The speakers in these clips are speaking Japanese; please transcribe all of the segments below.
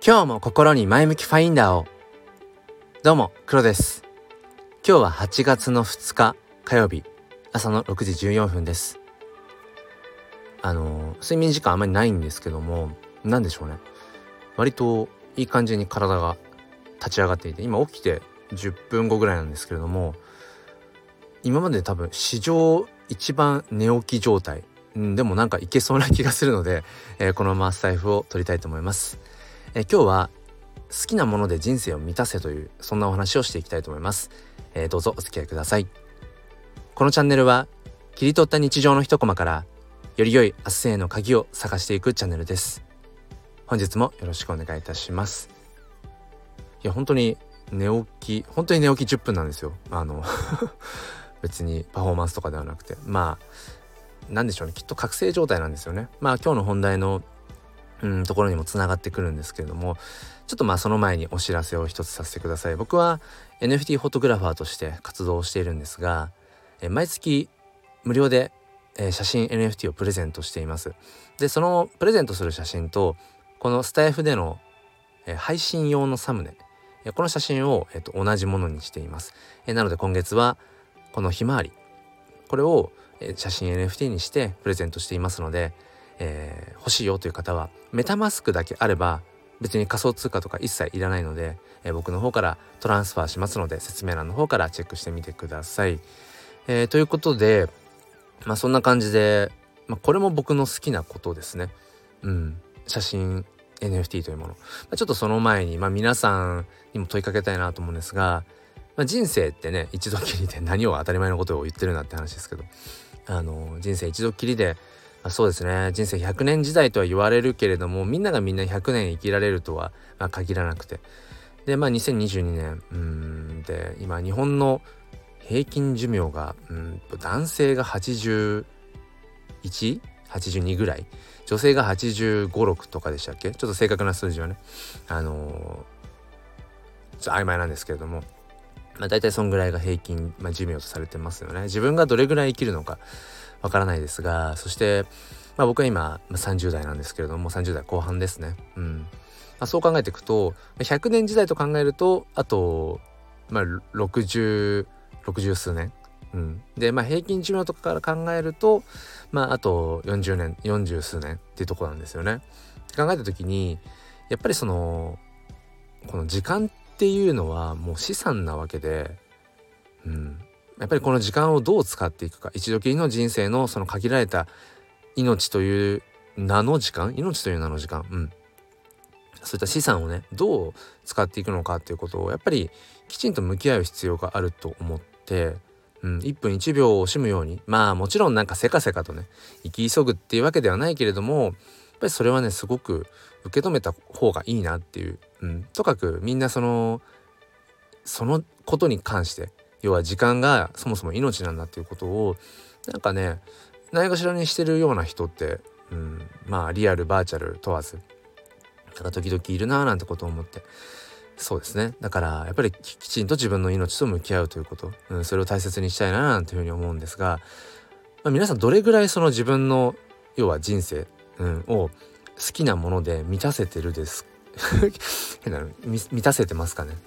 今日も心に前向きファインダーを。どうも黒です。今日は8月の2日火曜日朝の6時14分です。睡眠時間あまりないんですけども、なんでしょうね、割といい感じに体が立ち上がっていて、今起きて10分後ぐらいなんですけれども、今まで多分史上一番寝起き状態、でもなんかいけそうな気がするので、このままスタイフを取りたいと思います。今日は好きなもので人生を満たせという、そんなお話をしていきたいと思います。どうぞお付き合いください。このチャンネルは切り取った日常の一コマからより良い明日への鍵を探していくチャンネルです。本日もよろしくお願いいたします。いや本当に寝起き10分なんですよ。別にパフォーマンスとかではなくて、なんでしょうね、きっと覚醒状態なんですよね。今日の本題のところにもつながってくるんですけれども、ちょっとその前にお知らせを一つさせてください。僕は NFT フォトグラファーとして活動をしているんですが、毎月無料で、写真 NFT をプレゼントしています。でそのプレゼントする写真とこのスタイフでの、配信用のサムネ、この写真を、同じものにしています。なので今月はこのひまわり、これを、写真 NFT にしてプレゼントしていますので、欲しいよという方はメタマスクだけあれば別に仮想通貨とか一切いらないので、僕の方からトランスファーしますので、説明欄の方からチェックしてみてください。ということで、そんな感じで、これも僕の好きなことですね。写真 NFT というもの、ちょっとその前に、皆さんにも問いかけたいなと思うんですが、人生ってね、一度きりで何を当たり前のことを言ってるなって話ですけど、人生一度きりで、そうですね、人生100年時代とは言われるけれども、みんながみんな100年生きられるとは、限らなくて、で2022年で今日本の平均寿命が男性が81?82 ぐらい、女性が85、6とかでしたっけ、ちょっと正確な数字はねちょっと曖昧なんですけれども、大体そんぐらいが平均、寿命とされてますよね。自分がどれぐらい生きるのかわからないですが、そして、僕は今、30代なんですけれども、30代後半ですね。そう考えていくと100年時代と考えるとあと、60数年、で平均寿命とかから考えるとあと40年40数年っていうところなんですよね。考えた時にやっぱりこの時間っていうのはもう資産なわけで、やっぱりこの時間をどう使っていくか、一度きりの人生のその限られた命という名の時間、そういった資産をね、どう使っていくのかっていうことをやっぱりきちんと向き合う必要があると思って、1分1秒を惜しむように、もちろんなんかせかせかとね生き急ぐっていうわけではないけれども、やっぱりそれはねすごく受け止めた方がいいなっていう、とかくみんなそのことに関して、要は時間がそもそも命なんだっていうことをなんかねないがしろにしてるような人って、リアルバーチャル問わず時々いるななんてことを思って、そうですね、だからやっぱりきちんと自分の命と向き合うということ、それを大切にしたいななんていうふうに思うんですが、皆さんどれぐらいその自分の要は人生、を好きなもので満たせてるです変なの満たせてますかね。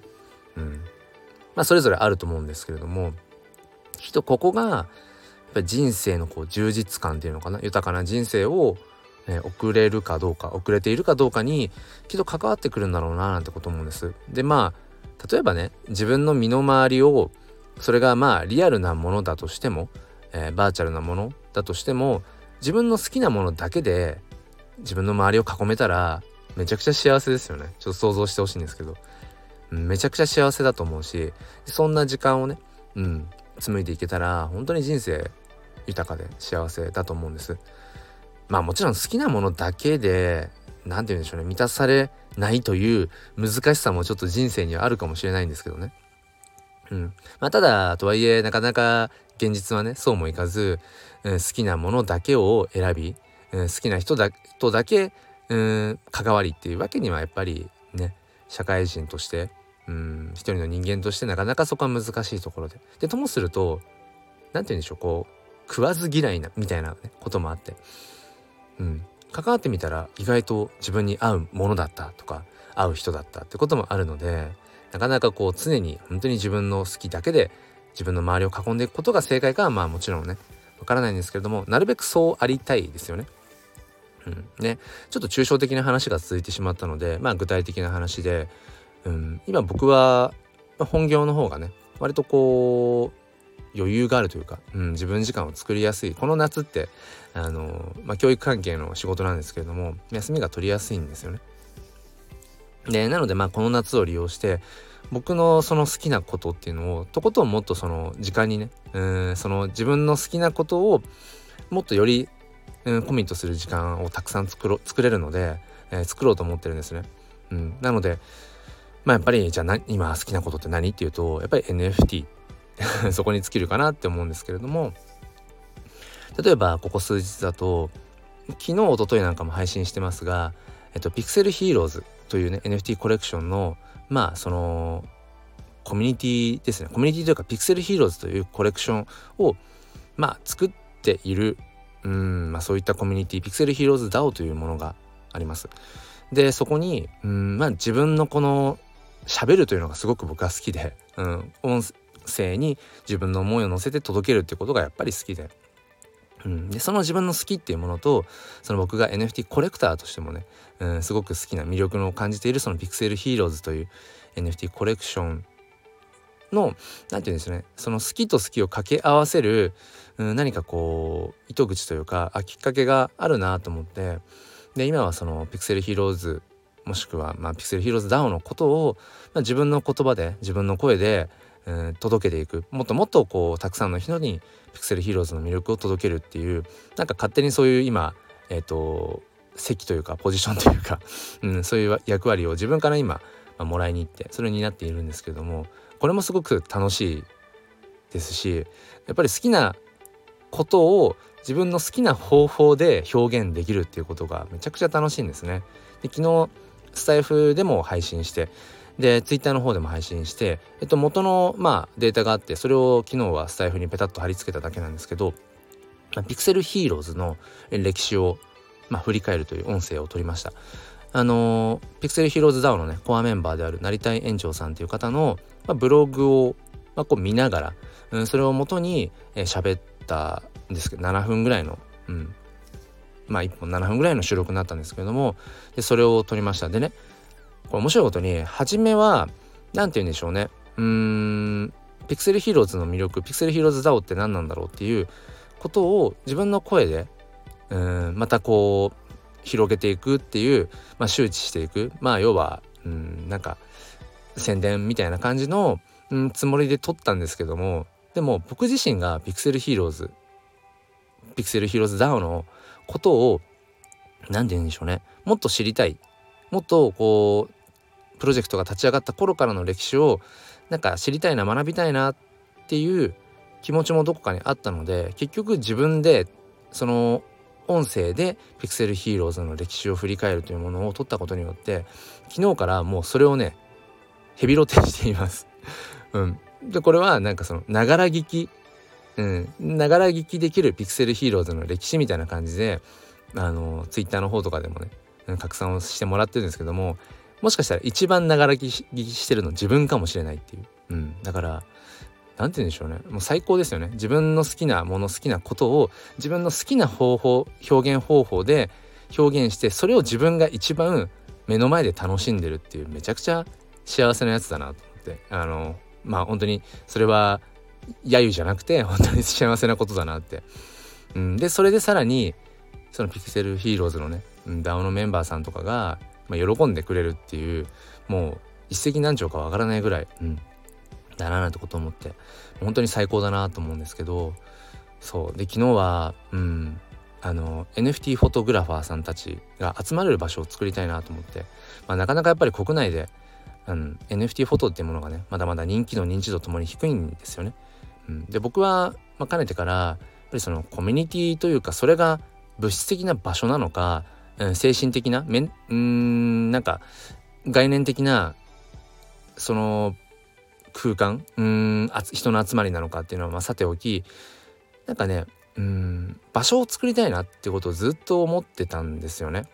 それぞれあると思うんですけれども、きっとここがやっぱり人生の充実感っていうのかな、豊かな人生を遅れるかどうか、遅れているかどうかにきっと関わってくるんだろうななんてこと思うんです。で例えばね、自分の身の回りを、それがリアルなものだとしても、バーチャルなものだとしても、自分の好きなものだけで自分の周りを囲めたらめちゃくちゃ幸せですよね。ちょっと想像してほしいんですけど、めちゃくちゃ幸せだと思うし、そんな時間をね、紡いでいけたら本当に人生豊かで幸せだと思うんです。もちろん好きなものだけでなんて言うんでしょうね、満たされないという難しさもちょっと人生にはあるかもしれないんですけどね。ただとはいえなかなか現実はねそうもいかず、好きなものだけを選び、好きな人とだけ関わりっていうわけにはやっぱりね、社会人として一人の人間としてなかなかそこは難しいところでともすると、なんて言うんでしょう、食わず嫌いなみたいな、こともあって、 関わってみたら意外と自分に合うものだったとか合う人だったってこともあるので、なかなかこう常に本当に自分の好きだけで自分の周りを囲んでいくことが正解かはまあもちろんねわからないんですけれども、なるべくそうありたいですよね。ね、ちょっと抽象的な話が続いてしまったので、まあ具体的な話で、今僕は本業の方がね割とこう余裕があるというか、自分時間を作りやすい。この夏って教育関係の仕事なんですけれども、休みが取りやすいんですよね。でなのでこの夏を利用して僕のその好きなことっていうのをとことんもっとその時間にね、その自分の好きなことをもっとよりコミットする時間をたくさん作れるので、作ろうと思ってるんですね。なのでやっぱりじゃあ今好きなことって何っていうと、やっぱり NFT そこに尽きるかなって思うんですけれども、例えばここ数日だと昨日一昨日なんかも配信してますが、ピクセルヒーローズというね NFT コレクションのそのコミュニティですね。コミュニティというかピクセルヒーローズというコレクションを作っているそういったコミュニティピクセルヒーローズ DAO というものがあります。でそこに自分のこの喋るというのがすごく僕は好きで、音声に自分の思いを乗せて届けるっていうことがやっぱり好きで、でその自分の好きっていうものと、その僕が NFT コレクターとしてもね、すごく好きな魅力を感じているそのピクセルヒーローズという NFT コレクションのなんていうんですね、その好きと好きを掛け合わせる、何かこう糸口というかきっかけがあるなと思って、で今はそのピクセルヒーローズもしくはピクセルヒーローズ DAO のことを、自分の言葉で自分の声で、届けていく、もっともっとこうたくさんの人にピクセルヒーローズの魅力を届けるっていう、なんか勝手にそういう今席というかポジションというか、そういう役割を自分から今、もらいに行ってそれになっているんですけれども、これもすごく楽しいですし、やっぱり好きなことを自分の好きな方法で表現できるっていうことがめちゃくちゃ楽しいんですね。で昨日スタイフでも配信して、でツイッターの方でも配信して、元のデータがあって、それを昨日はスタイフにペタッと貼り付けただけなんですけど、ピクセルヒーローズの歴史を振り返るという音声を取りました。ピクセルヒーローズ DAO のねコアメンバーである成田園長さんという方の、ブログを、こう見ながら、それを元に喋ったんですけど、7分ぐらいの、1本7分ぐらいの収録になったんですけれども、でそれを撮りました。でね、これ面白いことに初めはなんて言うんでしょうね、ピクセルヒーローズの魅力、ピクセルヒーローズ DAO って何なんだろうっていうことを自分の声でまたこう広げていくっていう、周知していく、要はなんか宣伝みたいな感じの、つもりで撮ったんですけども、でも僕自身がピクセルヒーローズ DAO のことを何て言うんでしょうね、もっと知りたい、もっとこうプロジェクトが立ち上がった頃からの歴史をなんか知りたいな、学びたいなっていう気持ちもどこかにあったので、結局自分でその音声でピクセルヒーローズの歴史を振り返るというものを撮ったことによって、昨日からもうそれをねヘビロテしていますでこれはなんかそのながら聞きながら聞きできるピクセルヒーローズの歴史みたいな感じでツイッターの方とかでもね拡散をしてもらってるんですけども、もしかしたら一番ながら聞きしてるの自分かもしれないっていう、だからなんて言うんでしょうね、もう最高ですよね。自分の好きなもの、好きなことを自分の好きな方法、表現方法で表現して、それを自分が一番目の前で楽しんでるっていう、めちゃくちゃ幸せなやつだなと思って、本当にそれは揶揄じゃなくて本当に幸せなことだなって、でそれでさらにそのピクセルヒーローズのね DAO のメンバーさんとかが、喜んでくれるっていう、もう一石何鳥かわからないぐらい、だななんてこと思って本当に最高だなと思うんですけど、そうで昨日はNFT フォトグラファーさんたちが集まれる場所を作りたいなと思って、なかなかやっぱり国内で、NFT フォトっていうものがねまだまだ人気度認知度ともに低いんですよね。で僕は、かねてからやっぱりそのコミュニティというか、それが物質的な場所なのか、精神的ななんか概念的なその空間人の集まりなのかっていうのはさておき、なんかね場所を作りたいなってことをずっと思ってたんですよね。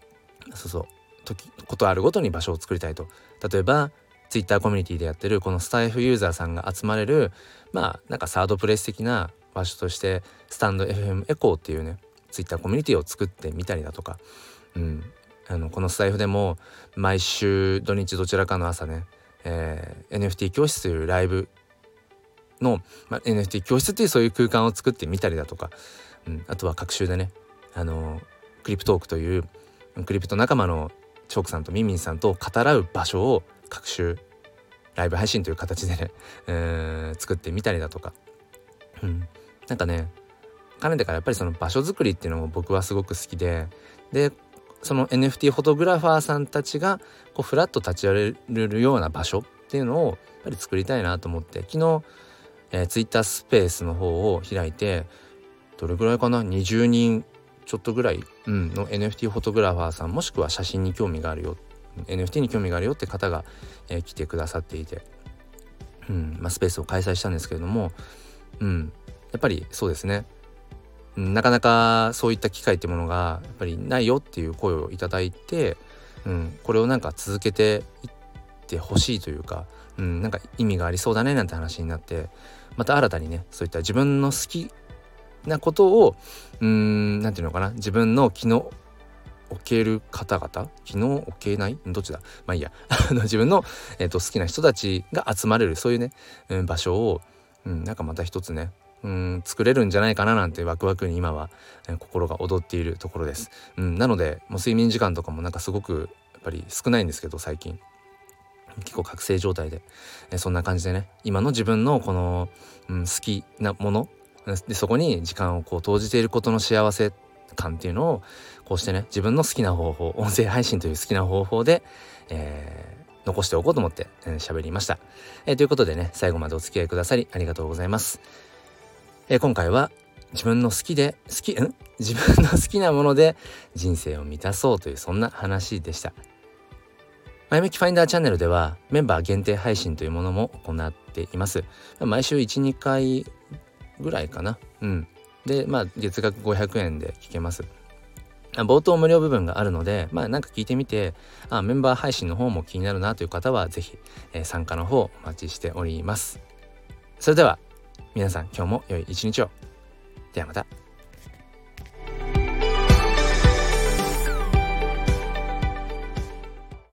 ことあるごとに場所を作りたいと。例えばツイッターコミュニティでやってるこのスタイフユーザーさんが集まれるなんかサードプレイス的な場所としてスタンド FM エコーっていうねツイッターコミュニティを作ってみたりだとか、このスタイフでも毎週土日どちらかの朝ね、NFT 教室というライブの、NFT 教室っていうそういう空間を作ってみたりだとか、あとは各週でねクリプトークというクリプト仲間のチョークさんとミンミンさんと語らう場所を各週ライブ配信という形でね、作ってみたりだとか、なんかねかねてからやっぱりその場所作りっていうのも僕はすごく好きでその NFT フォトグラファーさんたちがこうフラッと立ち寄れるような場所っていうのをやっぱり作りたいなと思って昨日、Twitter スペースの方を開いてどれぐらいかな20人ちょっとぐらい、の NFT フォトグラファーさんもしくは写真に興味があるよ NFT に興味があるよって方が、来てくださっていて、スペースを開催したんですけれども、やっぱりそうですね、なかなかそういった機会っていうものがやっぱりないよっていう声をいただいて、これをなんか続けていってほしいというか、なんか意味がありそうだねなんて話になってまた新たにねそういった自分の好きなことをなんていうのかな自分の気の置ける方々気の置けないどっちだいいや自分の、好きな人たちが集まれるそういうね、場所を、なんかまた一つね作れるんじゃないかななんてワクワクに今は、心が躍っているところです。なのでもう睡眠時間とかもなんかすごくやっぱり少ないんですけど最近結構覚醒状態で、そんな感じでね今の自分のこの、好きなものでそこに時間をこう投じていることの幸せ感っていうのをこうしてね自分の好きな方法音声配信という好きな方法で、残しておこうと思って喋りました、ということでね最後までお付き合いくださりありがとうございます。今回は自分の好きなもので人生を満たそうというそんな話でした。前向きファインダーチャンネルではメンバー限定配信というものも行っています。毎週 1,2 回ぐらいかな。で月額500円で聞けます。冒頭無料部分があるのでなんか聞いてみてメンバー配信の方も気になるなという方はぜひ、参加の方お待ちしております。それでは皆さん今日も良い一日を。ではまた。